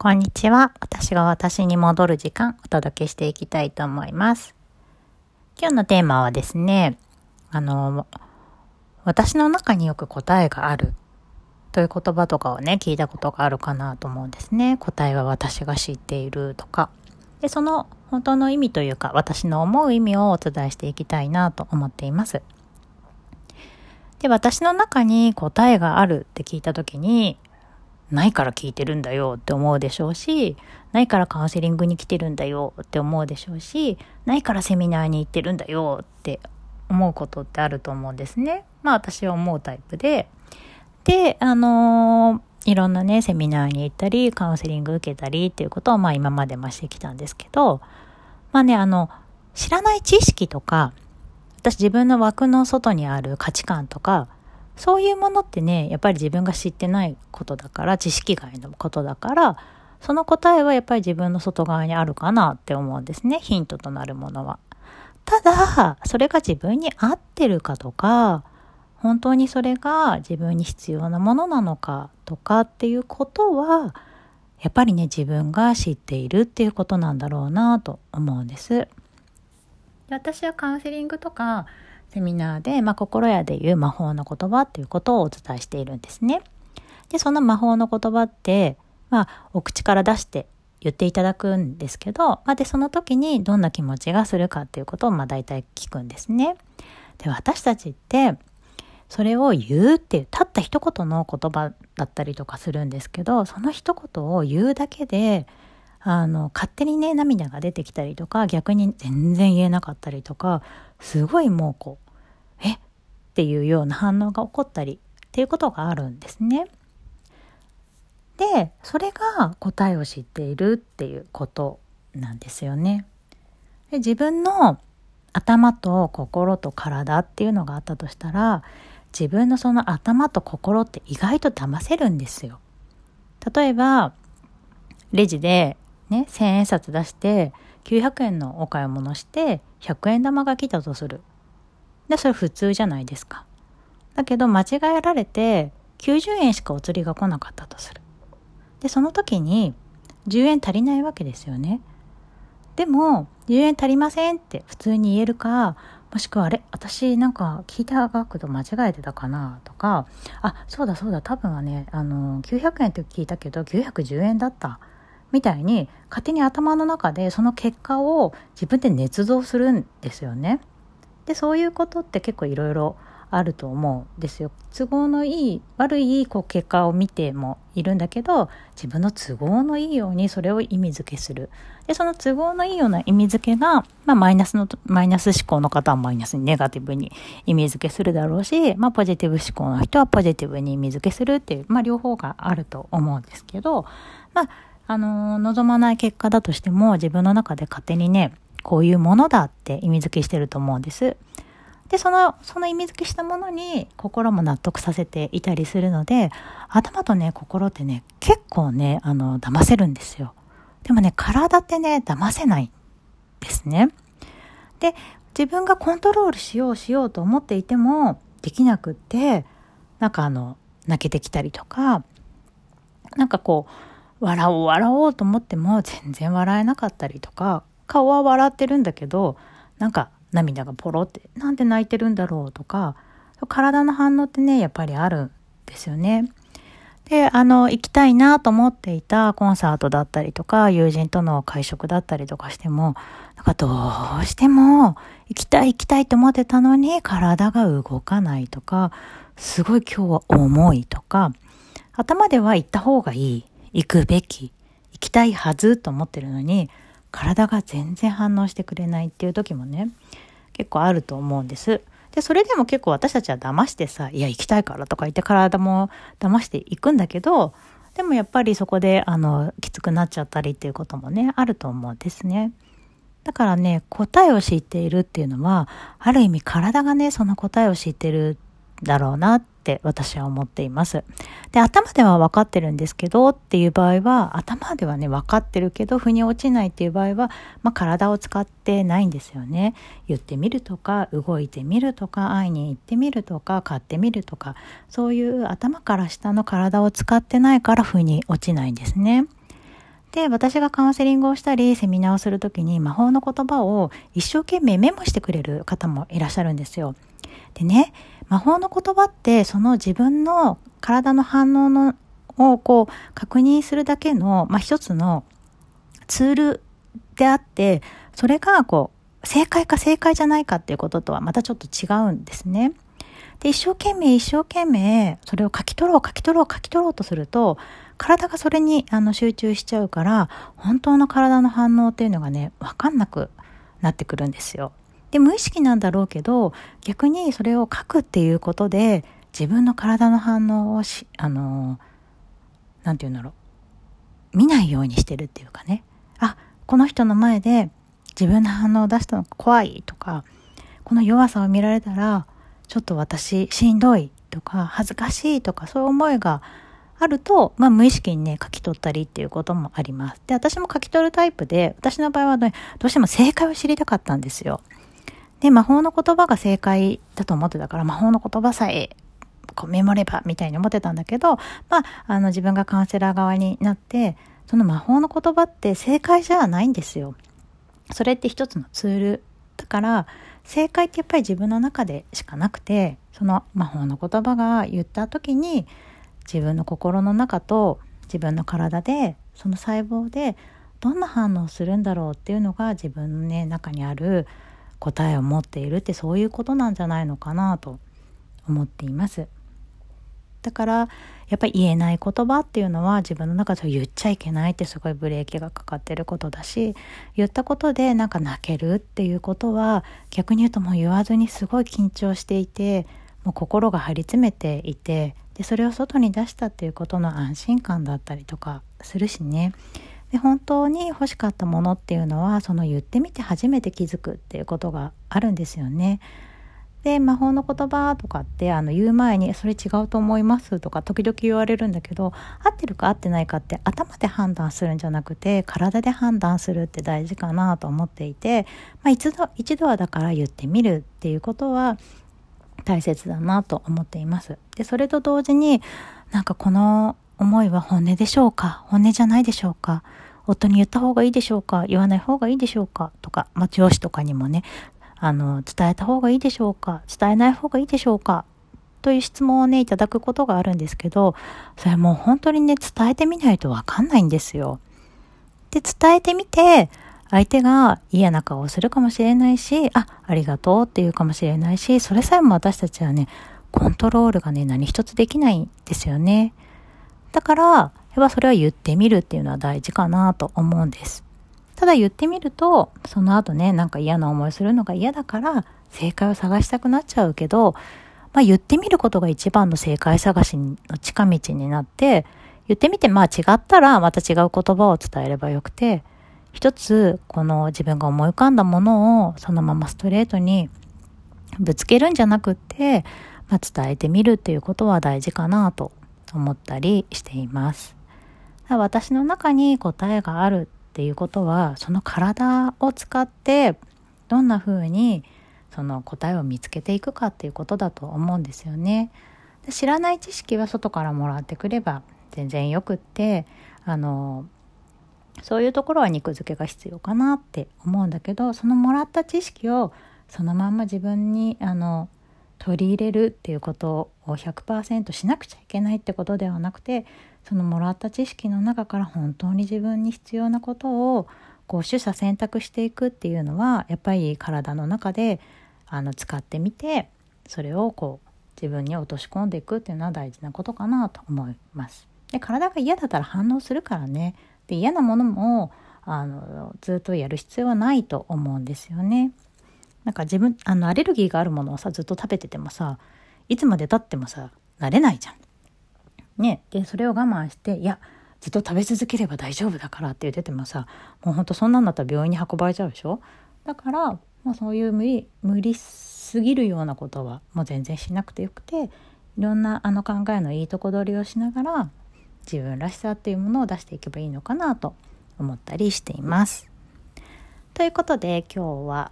こんにちは。私が私に戻る時間お届けしていきたいと思います。今日のテーマはですね、私の中によく答えがあるという言葉とかをね、聞いたことがあるかなと思うんですね。答えは私が知っているとか。で、その本当の意味というか、私の思う意味をお伝えしていきたいなと思っています。で、私の中に答えがあるって聞いたときに、ないから聞いてるんだよって思うでしょうし、ないからカウンセリングに来てるんだよって思うでしょうし、ないからセミナーに行ってるんだよって思うことってあると思うんですね。私は思うタイプで、いろんなね、セミナーに行ったり、カウンセリング受けたりっていうことを今までもしてきたんですけど、知らない知識とか、私自分の枠の外にある価値観とか、そういうものってね、やっぱり自分が知ってないことだから、知識外のことだから、その答えはやっぱり自分の外側にあるかなって思うんですね。ヒントとなるものは。ただ、それが自分に合ってるかとか、本当にそれが自分に必要なものなのかとかっていうことは、やっぱりね、自分が知っているっていうことなんだろうなと思うんです。で、私はカウンセリングとか、セミナーで、心屋でいう魔法の言葉っていうことをお伝えしているんですね。で、その魔法の言葉って、お口から出して言っていただくんですけど、で、その時にどんな気持ちがするかっていうことを、大体聞くんですね。で、私たちって、それを言うっていう、たった一言の言葉だったりとかするんですけど、その一言を言うだけで、勝手にね、涙が出てきたりとか、逆に全然言えなかったりとか、すごいっていうような反応が起こったりっていうことがあるんですね。で、それが答えを知っているっていうことなんですよね。で、自分の頭と心と体っていうのがあったとしたら、自分のその頭と心って意外と騙せるんですよ。例えば、レジでね、1000円札出して900円のお買い物して100円玉が来たとする。で、それ普通じゃないですか。だけど間違えられて90円しかお釣りが来なかったとする。で、その時に10円足りないわけですよね。でも、10円足りませんって普通に言えるか、もしくは私なんか聞いた額と間違えてたかなとか、そうだ多分はね、900円って聞いたけど910円だった。みたいに勝手に頭の中でその結果を自分で捏造するんですよね。で、そういうことって結構いろいろあると思うんですよ。都合のいい悪い結果を見てもいるんだけど、自分の都合のいいようにそれを意味付けする。で、その都合のいいような意味付けが、マイナス思考の方はマイナスにネガティブに意味付けするだろうし、ポジティブ思考の人はポジティブに意味付けするっていう、両方があると思うんですけど、望まない結果だとしても自分の中で勝手にね、こういうものだって意味付けしてると思うんです。で、その意味付けしたものに心も納得させていたりするので、頭とね、心ってね、結構ね、騙せるんですよ。でもね、体ってね、騙せないんですね。で、自分がコントロールしようと思っていても、できなくって、泣けてきたりとか、笑おうと思っても全然笑えなかったりとか、顔は笑ってるんだけど、涙がポロって、なんで泣いてるんだろうとか、体の反応ってね、やっぱりあるんですよね。で、行きたいなと思っていたコンサートだったりとか、友人との会食だったりとかしても、どうしても行きたいと思ってたのに体が動かないとか、すごい今日は重いとか、頭では行った方がいい、行くべき、行きたいはずと思ってるのに、体が全然反応してくれないっていう時もね、結構あると思うんです。で、それでも結構私たちは騙してさ、いや行きたいからとか言って体も騙していくんだけど、でもやっぱりそこできつくなっちゃったりっていうこともね、あると思うんですね。だからね、答えを知っているっていうのは、ある意味体がね、その答えを知ってるだろうなって私は思っています。で、頭では分かってるんですけどっていう場合は、頭ではね、分かってるけど腑に落ちないっていう場合は、体を使ってないんですよね。言ってみるとか、動いてみるとか、会いに行ってみるとか、買ってみるとか、そういう頭から下の体を使ってないから腑に落ちないんですね。 で、私がカウンセリングをしたりセミナーをするときに魔法の言葉を一生懸命メモしてくれる方もいらっしゃるんですよ。でね、魔法の言葉ってその自分の体の反応をこう確認するだけの、一つのツールであって、それがこう正解か正解じゃないかっていうこととはまたちょっと違うんですね。で、一生懸命それを書き取ろうとすると、体がそれに集中しちゃうから、本当の体の反応っていうのがね、わかんなくなってくるんですよ。で、無意識なんだろうけど、逆にそれを書くっていうことで、自分の体の反応をなんていうんだろう、見ないようにしてるっていうかね。あ、この人の前で自分の反応を出したのが怖いとか、この弱さを見られたら、ちょっと私しんどいとか恥ずかしいとか、そういう思いがあると、無意識にね書き取ったりっていうこともあります。で、私も書き取るタイプで、私の場合はね、どうしても正解を知りたかったんですよ。で、魔法の言葉が正解だと思ってたから、魔法の言葉さえこうメモればみたいに思ってたんだけど、自分がカウンセラー側になって、その魔法の言葉って正解じゃないんですよ。それって一つのツールだから、正解ってやっぱり自分の中でしかなくて、その魔法の言葉が言った時に、自分の心の中と自分の体で、その細胞でどんな反応をするんだろうっていうのが、自分のね中にある答えを持っているって、そういうことなんじゃないのかなと思っています。だからやっぱり言えない言葉っていうのは、自分の中で言っちゃいけないってすごいブレーキがかかってることだし、言ったことで泣けるっていうことは、逆に言うともう言わずにすごい緊張していて、もう心が張り詰めていて、でそれを外に出したっていうことの安心感だったりとかするしね。で、本当に欲しかったものっていうのは、その言ってみて初めて気づくっていうことがあるんですよね。で、魔法の言葉とかって言う前に、それ違うと思いますとか時々言われるんだけど、合ってるか合ってないかって頭で判断するんじゃなくて、体で判断するって大事かなと思っていて、一度はだから言ってみるっていうことは大切だなと思っています。で、それと同時に、この思いは本音でしょうか、本音じゃないでしょうか、夫に言った方がいいでしょうか、言わない方がいいでしょうかとか、上司とかにもね、伝えた方がいいでしょうか、伝えない方がいいでしょうかという質問をねいただくことがあるんですけど、それはもう本当にね伝えてみないとわかんないんですよ。で、伝えてみて、相手が嫌な顔をするかもしれないし、ありがとうって言うかもしれないし、それさえも私たちはねコントロールがね何一つできないんですよね。だからやっぱそれは言ってみるっていうのは大事かなと思うんです。ただ言ってみると、その後ね嫌な思いするのが嫌だから正解を探したくなっちゃうけど、言ってみることが一番の正解探しの近道になって、言ってみて違ったらまた違う言葉を伝えればよくて、一つこの自分が思い浮かんだものをそのままストレートにぶつけるんじゃなくって、伝えてみるっていうことは大事かなと思ったりしています。私の中に答えがあるっていうことは、その体を使ってどんな風にその答えを見つけていくかっていうことだと思うんですよね。知らない知識は外からもらってくれば全然よくって、そういうところは肉付けが必要かなって思うんだけど、そのもらった知識をそのまんま自分に取り入れるっていうことを 100% しなくちゃいけないってことではなくて、そのもらった知識の中から本当に自分に必要なことを取捨選択していくっていうのは、やっぱり体の中で使ってみて、それを自分に落とし込んでいくっていうのは大事なことかなと思います。で、体が嫌だったら反応するからね。で、嫌なものもずっとやる必要はないと思うんですよね。自分アレルギーがあるものをずっと食べててもいつまで経っても慣れないじゃんね。で、それを我慢して、ずっと食べ続ければ大丈夫だからって言っててももうほんとそんなんだったら病院に運ばれちゃうでしょ。だからそういう無理すぎるようなことはもう全然しなくてよくて、いろんな考えのいいとこ取りをしながら自分らしさっていうものを出していけばいいのかなと思ったりしています。ということで今日は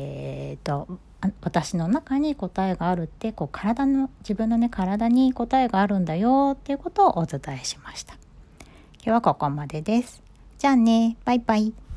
私の中に答えがあるって、自分のね体に答えがあるんだよっていうことをお伝えしました。今日はここまでです。 じゃあね、バイバイ。